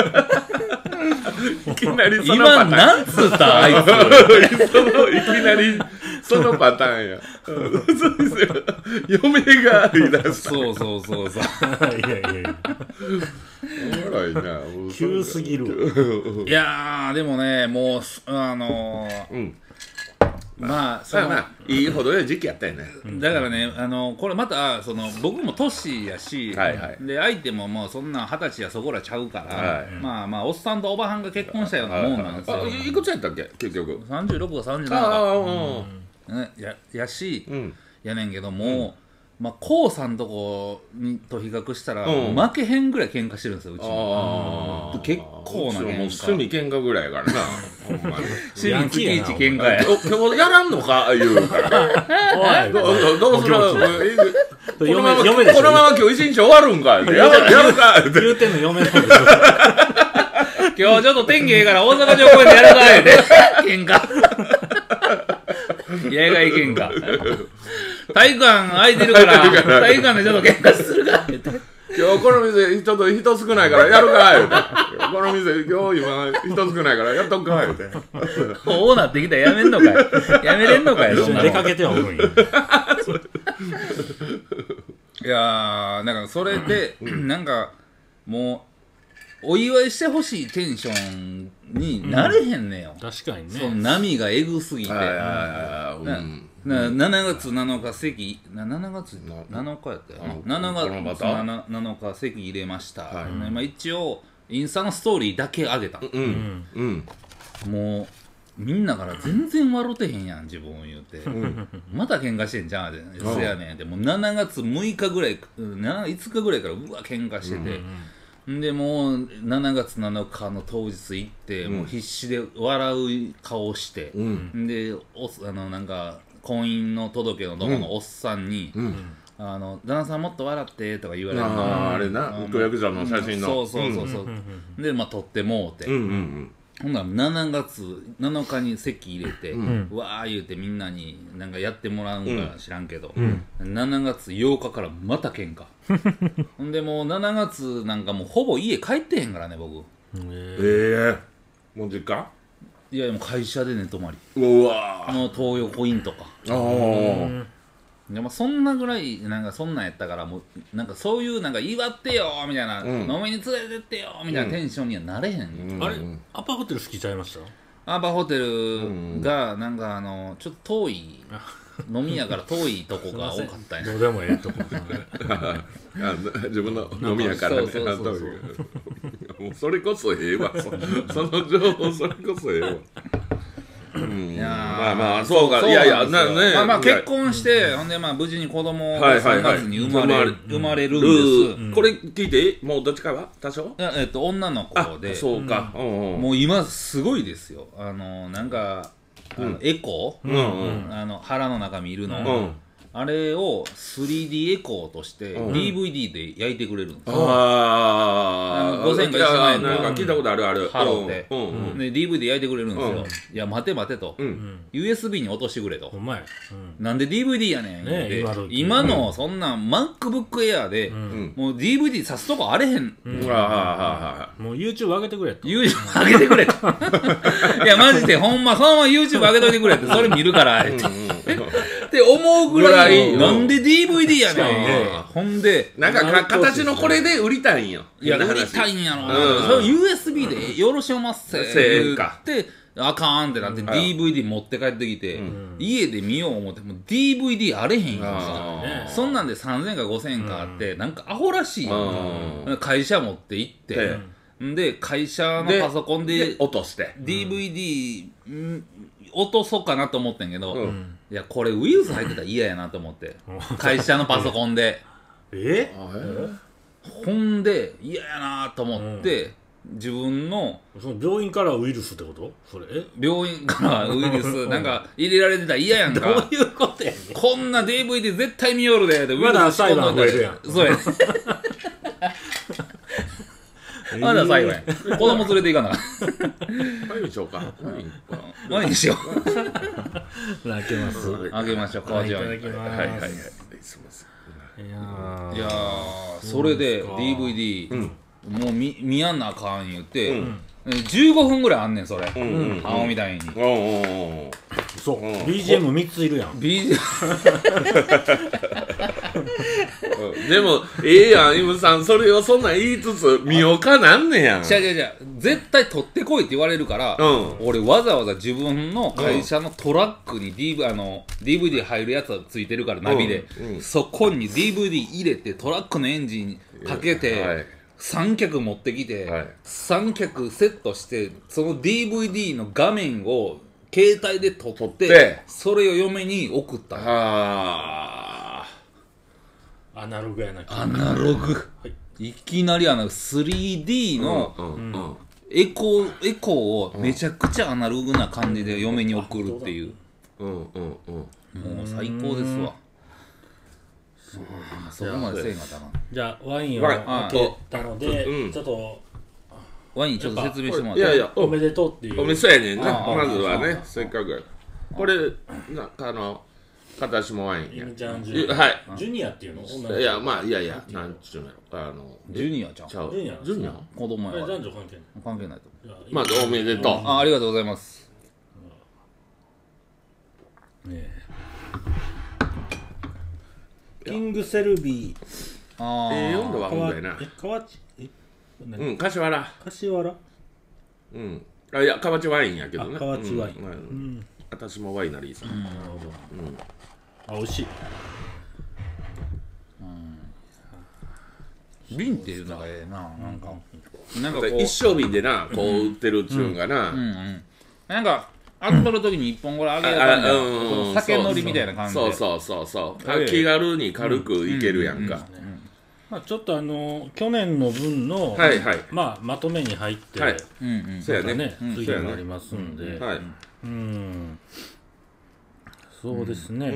Speaker 3: いきなりそのパターン
Speaker 2: 今なんつったあいつ
Speaker 3: そのいきなりそのパターンやそうですよ嫁が言い出した
Speaker 2: そうそうそうそう
Speaker 1: いやいやいや
Speaker 3: おもろいな
Speaker 1: 急すぎる
Speaker 2: いやーでもねもうあのーうんまあその
Speaker 3: まあいいほどよい時期やったよね
Speaker 2: だからねあのこれまたその僕も年やし、
Speaker 3: はいはい、
Speaker 2: で相手ももうそんな二十歳やそこらちゃうから、はい、まあまあおっさんとおばはんが結婚したようなもんなんですよ、
Speaker 3: はいはい、いくつやったっけ結局
Speaker 2: さんじゅうろくかさんじゅうななかあ、うん、や, やし、うん、やねんけども、うんまあ、こうさんとこにと比較したら、うん、負けへんぐらい喧嘩してるんですようちも、うん、結構な喧嘩
Speaker 3: 趣味喧嘩ぐらいやからなほんまに
Speaker 2: 趣味月一喧嘩や
Speaker 3: 今日やらんのか言うからどうどうするこのままこのまま今日一日終わるんかやるか
Speaker 1: 言うてんの嫁なんですよ
Speaker 2: 今日ちょっと天気ええから大阪城公園でやるか言うて喧嘩野外喧嘩体育館空いてるから体育館でちょっと喧嘩するか言って
Speaker 3: 今日この店ちょっと人少ないからやるか言うてこの店今日今人少ないからやっとくか言うて
Speaker 2: こうなってきたらやめんのかいやめれんのかいそんな
Speaker 1: 出かけてはおるんや
Speaker 2: いやーだからそれでなんかもうお祝いしてほしいテンションになれへんねよ、
Speaker 1: うん、確かにね
Speaker 2: その波がえぐすぎてななながつなのか席なながつなのかやったよなながつなのか席入れました、はいまあ、一応インスタのストーリーだけ上げた、うんうん、もうみんなから全然笑てへんやん自分を言うて、うん、また喧嘩してんじゃんってそやねんってもうしちがつむいかぐらいいつかぐらいからうわ喧嘩してて、うんうん、でもうしちがつなのかの当日行って、うん、もう必死で笑う顔して、うん、でおあのなんか婚姻の届のとこのおっさんに、うんうんあの旦那さんもっと笑ってとか言われるの
Speaker 3: ああれな子役者の写真の、
Speaker 2: うん、そうそうそうそう、うん、でまあ撮ってもうて、うんうんうん、ほんならしちがつなのかに籍入れて、うん、わー言うてみんなになんかやってもらうんか知らんけど、うん、しちがつようかからまた喧嘩ほんでもうしちがつなんかもうほぼ家帰ってへんからね僕
Speaker 3: ええー、もう実家
Speaker 2: いやもう会社で寝泊まり
Speaker 3: うわ
Speaker 2: ーの東横インとかああでもそんなぐらいなんかそんなんやったからもうなんかそういうなんか祝ってよみたいな、うん、飲みに連れてってよみたいなテンションにはなれへん、うん、
Speaker 1: あれアパホテル好きちゃいました？
Speaker 2: アパホテルがなんかあのちょっと遠い飲み屋から遠いとこが多かったんや
Speaker 1: どうでもええとこ
Speaker 3: 自分の飲み屋からねそうそうそうそうもうそれこそええわその情報それこそええわうん、いやまあまあそうかいやいやなね
Speaker 2: まあまあ結婚してほんでまあ無事に子供がさんがつに生まれる生まれるんです、
Speaker 3: うん、これ聞いてもうどっちかは多少
Speaker 2: いやえっと女の子で
Speaker 3: そうか、うんうん、
Speaker 2: もう今すごいですよあのなんかあの、うん、エコー、うんうん、あの腹の中見るの、うんあれを スリーディー エコーとして ディーブイディー で焼いてくれるんですよ、うん、あごせんえんかいちまんえん
Speaker 3: なんか聞いたことあるある
Speaker 2: 払って、うんうん、で ディーブイディー 焼いてくれるんですよ、うん、いや待て待てと、うん、ユーエスビー に落としてくれと、うん、なんで ディーブイディー やねん、ね、今, 今のそんな MacBook Air で、うん、もう ディーブイディー 挿すとこあれへん、うん、
Speaker 1: もう YouTube 上げてくれと
Speaker 2: YouTube 上げてくれといやマジでほんまそのまま YouTube 上げといてくれってそれ見るからってって思うぐらいなんで ディーブイディー やねんほんで
Speaker 3: なんか形のこれで売りたいんよ
Speaker 2: いや売りたいんやろな、うん、それ ユーエスビー でよろしおまっせ言ってあかんってなって ディーブイディー 持って帰ってきて、うん、家で見よう思っても ディーブイディー あれへんよそんなんでさんぜんえんかごせんえんかあって、うん、なんかアホらしい会社持って行って、うん、で会社のパソコンで
Speaker 3: 落として
Speaker 2: ディーブイディー、うん、落とそうかなと思ってんけど、うん、いやこれウイルス入ってたら嫌やなと思って会社のパソコンで
Speaker 1: え
Speaker 2: ほんで嫌やなと思って、うん自分の
Speaker 1: その病院からウイルスってことそれ
Speaker 2: 病院からウイルスなんか入れられてたら嫌やんか
Speaker 1: どういうことやねん
Speaker 2: こんな ディーブイディー 絶対見よるでウイルス
Speaker 1: まだ裁判増えるやん
Speaker 2: そうやねまだ裁判や子供連れていかな
Speaker 3: ワインにしようか
Speaker 2: ワインにしよ
Speaker 1: う開けます
Speaker 2: 開けましょう工場にいた
Speaker 1: だきます
Speaker 3: はいはいはいす
Speaker 2: いませんいやそれで ディーブイディー、うんもう 見, 見やんなあかん言って、うん、じゅうごふんぐらいあんねんそれ、うんうんうん、青みたいに、うんうん
Speaker 1: うん、そう、うん、ビージーエムみっ ついるやん
Speaker 2: ビージー
Speaker 3: エム でもええやんイムさんそれをそんなん言いつつ見ようかなんねやん
Speaker 2: じゃじゃじゃ絶対取ってこいって言われるから、うん、俺わざわざ自分の会社のトラックに ディーブイ、あの ディーブイディー 入るやつがついてるからナビで、うんうん、そこに ディーブイディー 入れてトラックのエンジンかけて、はい三脚持ってきて、はい、三脚セットしてその ディーブイディー の画面を携帯で撮って、ってそれを嫁に送った
Speaker 1: あアナログやな
Speaker 2: アナログ、はい、いきなりあの スリーディー の、うんうんうん、エコーエコーをめちゃくちゃアナログな感じで嫁に送るっていう、うんうんうん、もう最高ですわそこまでせんかったな
Speaker 1: じゃあワインを開けたので、うん、ちょっと
Speaker 2: ワインちょっと説明してもらって
Speaker 3: いやいや
Speaker 1: お, おめでとうっていう
Speaker 3: おめでとうやねんなまずはねせっかくこれなんかあの形もワインや
Speaker 1: ジュ
Speaker 3: はい
Speaker 1: ジュニアっていうの
Speaker 3: いやまあいやいやなんちゅうのあの
Speaker 2: ジュニアちゃん
Speaker 3: ジュニア
Speaker 1: ジュニア
Speaker 2: 子供や
Speaker 1: 男女関係ない
Speaker 2: 関係ないと
Speaker 3: まずおめでとう
Speaker 2: あ, ありがとうございます
Speaker 1: ねえキングセルビー
Speaker 3: あええ温度は温度やな
Speaker 1: え河内え
Speaker 3: うん柏原
Speaker 1: 柏原
Speaker 3: うんあいや河内ワインやけどね
Speaker 1: 河内ワイン、
Speaker 3: うんうん、私もワイナリーさん、
Speaker 1: うん、なるほど、うん、あ美味しい、
Speaker 2: うん、瓶っていうのがええななんか、うん、なんかこう
Speaker 3: 一升瓶でなこう売ってるっちゅうんがな、
Speaker 2: うんうんうん、なんか集まる時に一本ぐらいあげる感じ、うん、酒乗りみたいな感じで、
Speaker 3: そうそうそうそう、気軽に軽くいけるやんか。
Speaker 1: まあちょっとあの去年の分の、
Speaker 3: はいはい、
Speaker 1: まあまとめに入って、
Speaker 3: はい、
Speaker 1: そうやね、次がありますんで、
Speaker 3: はい、
Speaker 1: うん、そうですね。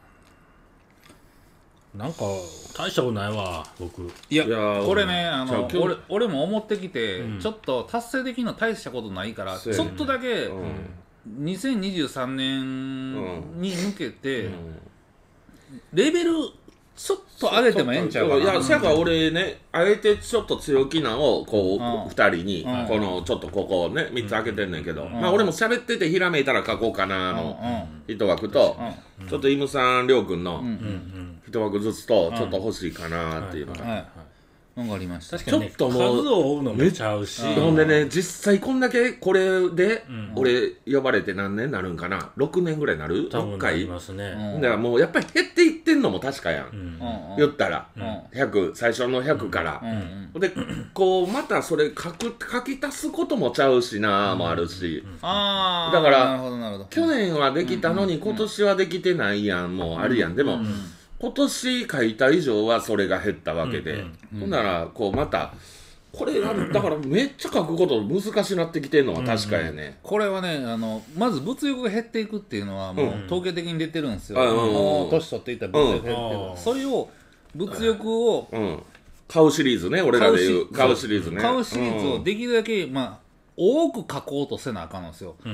Speaker 1: なんか大したことないわ僕。
Speaker 2: いやこれね、あの俺俺も思ってきて、うん、ちょっと達成できるの大したことないから、ちょっとだけ、うん、にせんにじゅうさんねんに向けて、うん、レベルちょっと上げてもええんちゃうかな。
Speaker 3: いや、せやから俺ね、あえてちょっと強気なのをこう、うん、ふたりに、うん、このちょっとここをねみっつ開けてんねんけど、うん、まあ俺も喋っててひらめいたら書こうかなの一枠と、うん、ちょっとイムさんりょうくんの一枠ずつとちょっと欲しいかなっていうのが、うんはいはい、
Speaker 2: わかりました。
Speaker 1: 確かに、ね、ちょっともう数を追うのもちゃうし、
Speaker 3: ほんでね、実際こんだけこれで、うん、俺呼ばれて何年なるんかな、ろくねんぐらいなる、
Speaker 1: 多分なりますね。
Speaker 3: だからもうやっぱり減っていってんのも確かやん、うん、言ったら、うん、ひゃく最初のひゃくから、うんうん、でこうまたそれ書く書き足すこともちゃうしな、うん、もあるし、うん、
Speaker 2: あ
Speaker 3: だから去年はできたのに今年はできてないやん、もうあるやん。でも、うんうん、今年書いた以上はそれが減ったわけで、うんうん、ほんならこうまたこれだからめっちゃ書くこと難しくなってきてるのは確かやね、うんうん、
Speaker 2: これはね、あのまず物欲が減っていくっていうのはもう統計的に出てるんですよ、うん、もう年取っていったら物欲が減ってる、うん、それを物欲を、
Speaker 3: うん、買うシリーズね、俺らで言う買うシリーズね、
Speaker 2: 買うシリーズをできるだけ、まあ多く書こうとせなあかんんですよ、うん、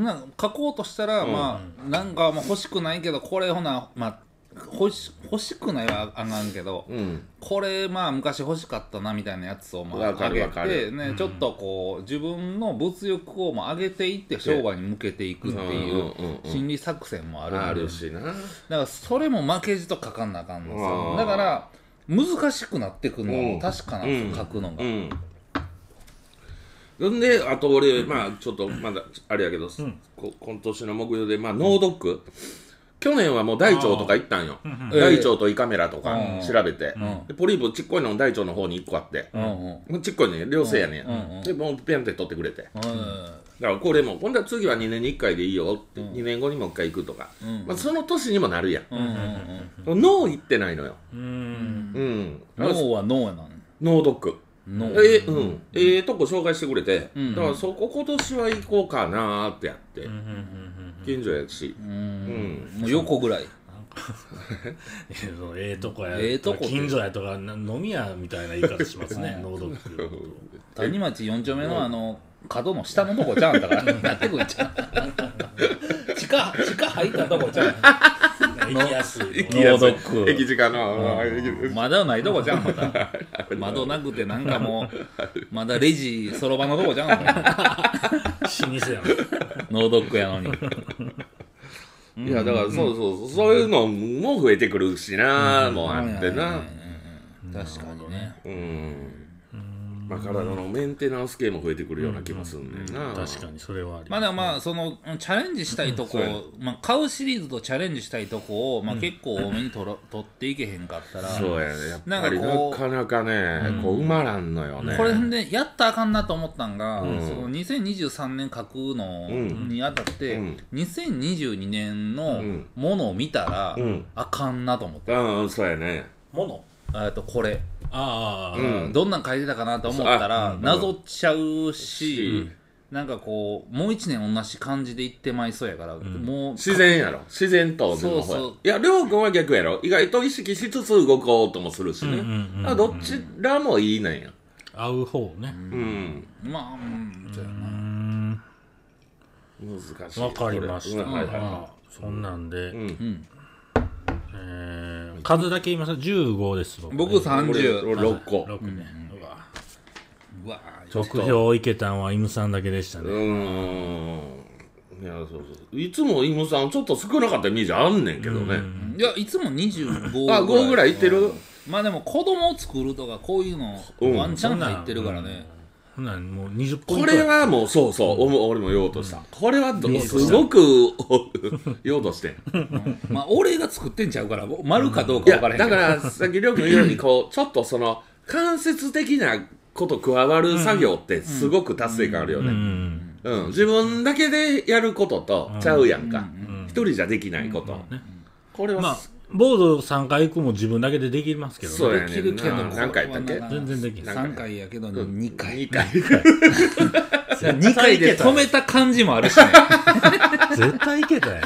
Speaker 2: な書こうとしたら、うん、まあなんかまあ欲しくないけどこれほなまあ欲し, 欲しくないはあかんけど、うん、これまあ昔欲しかったなみたいなやつをまあ上げて、ね、うん、ちょっとこう自分の物欲をまあ上げていって商売に向けていくっていう心理作戦もあるんで、
Speaker 3: あるしな。だか
Speaker 2: らそれも負けじと書かんなあかんのですよ。だから難しくなってくるのも確かなんですよ、うん、書くのが、
Speaker 3: うん、であと俺まあちょっとまだあれやけど、うん、今年の目標でまあノードック、去年はもう大腸とか行ったんよ、大腸と胃カメラとか調べて、でポリープちっこいの大腸の方にいっこあって、ちっこいね、良性やねん、でもうペンって取ってくれて、だからこれも今度は次はにねんにいっかいでいいよって、にねんごにもういっかい行くとか、まあその年にもなるやん。脳行ってないのよ。
Speaker 2: 脳は脳やなの。
Speaker 3: 脳ドックええうんええとこ紹介してくれて、だからそこ今年は行こうかなーってやって、近所やし、うん、
Speaker 2: もう横ぐらい
Speaker 1: ええとこや、ええとこ近所やとか飲み屋みたいな言い方しますね。ノードック
Speaker 2: 谷町よん丁目のあの角の下のとこちゃうんだからなってくるんちゃう地下地下入ったとこちゃう
Speaker 1: 行きやすいノ
Speaker 3: ードック駅近の
Speaker 2: まだないとこじゃん。また窓なくてなんかもうまだレジそろばのとこじゃん。老舗やんノードックやのに。
Speaker 3: いやだからそうそうそう、そういうのも増えてくるしな、もうあってな。
Speaker 2: 確かにね。うん。
Speaker 3: まあ、体のメンテナンス系も増えてくるような気もするんだよな、
Speaker 1: うんうん、確かにそれはあります。
Speaker 2: まあでもまあそのチャレンジしたいとこ、うんまあ、買うシリーズとチャレンジしたいとこを、まあ、結構多めに取ろ取っていけへんかったら、
Speaker 3: そうやね、やっぱりなかなかね、うん、こう埋まらんのよね。
Speaker 2: これでやったらあかんなと思ったんが、うん、そのにせんにじゅうさんねん書くのにあたって、うん、にせんにじゅうにねんのものを見たら、うん、あかんなと思って。
Speaker 3: うん、そうやね。
Speaker 2: ものえとこれああ、うん、どんなん書いてたかなと思ったらなぞっちゃうし、うん、なんかこうもう一年同じ感じでいってまいそうやから、うん、もう
Speaker 3: 自然やろ、自然と
Speaker 2: そうそう
Speaker 3: いやりょうくんは逆やろ、意外と意識しつつ動こうともするしね、うんうんうん、どっちらもいいねんや、
Speaker 1: 合う方ね、
Speaker 2: うん、まあうんそうやな、
Speaker 3: 難しい。
Speaker 1: わかりました、うんはいはいはい、そんなんで、うんうんえー、数だけ言いますとじゅうごです僕、
Speaker 2: ね、僕さんじゅう
Speaker 3: ろっこ、
Speaker 1: ろくね、うん、うわ
Speaker 2: うわ
Speaker 1: 得票いけたんはイムさんだけでしたね。
Speaker 3: うーんいやそうそういつもイムさんちょっと少なかったイメージあんねんけどね。
Speaker 2: いやいつもにじゅうごぐらい
Speaker 3: あごぐらいいってる。
Speaker 2: まあでも子供を作るとかこういうのワンチャン入ってるからね、
Speaker 1: うん、なんもうにじゅっポイン
Speaker 3: トこれはもうそうそう、うん、俺も言おうとした、うん、これはすごく言おうとして、
Speaker 2: うん、まあ俺が作ってんちゃうから丸かどうか分からへんけど、
Speaker 3: だからさっきりょうくん言うようにこうちょっとその間接的なこと加わる作業ってすごく達成感あるよね、うんうんうん、自分だけでやることとちゃうやんか、一人じゃできないこと、これは、まあ、
Speaker 1: ボードさんかい行くも自分だけでできますけどね。
Speaker 3: そうやねんな。
Speaker 2: できるけど
Speaker 3: 何回だっけ？
Speaker 1: 全然できない。
Speaker 2: さんかいやけどにかい。
Speaker 3: にかい。
Speaker 2: にかいで止めた感じもあるしね。
Speaker 1: 絶対いけたよ。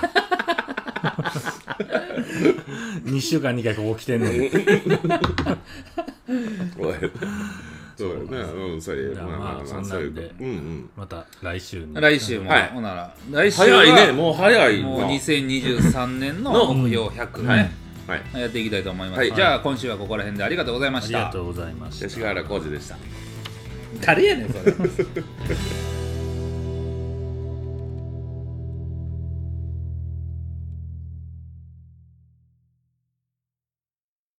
Speaker 1: にしゅうかんにかいここ来てんのに。
Speaker 3: そうやね。うん、それ。
Speaker 1: まあまあ、そんなんで、また来週に。
Speaker 2: 来週も、ほなら、来週
Speaker 3: は、早いね、もう早い。
Speaker 2: もうにせんにじゅうさんねんの目標ひゃくね、やっていきたいと思います。じゃあ、今週はここら辺でありがとうございました。
Speaker 1: ありがとうございました。
Speaker 3: 吉川原浩二でした。
Speaker 2: 誰やねん、それ。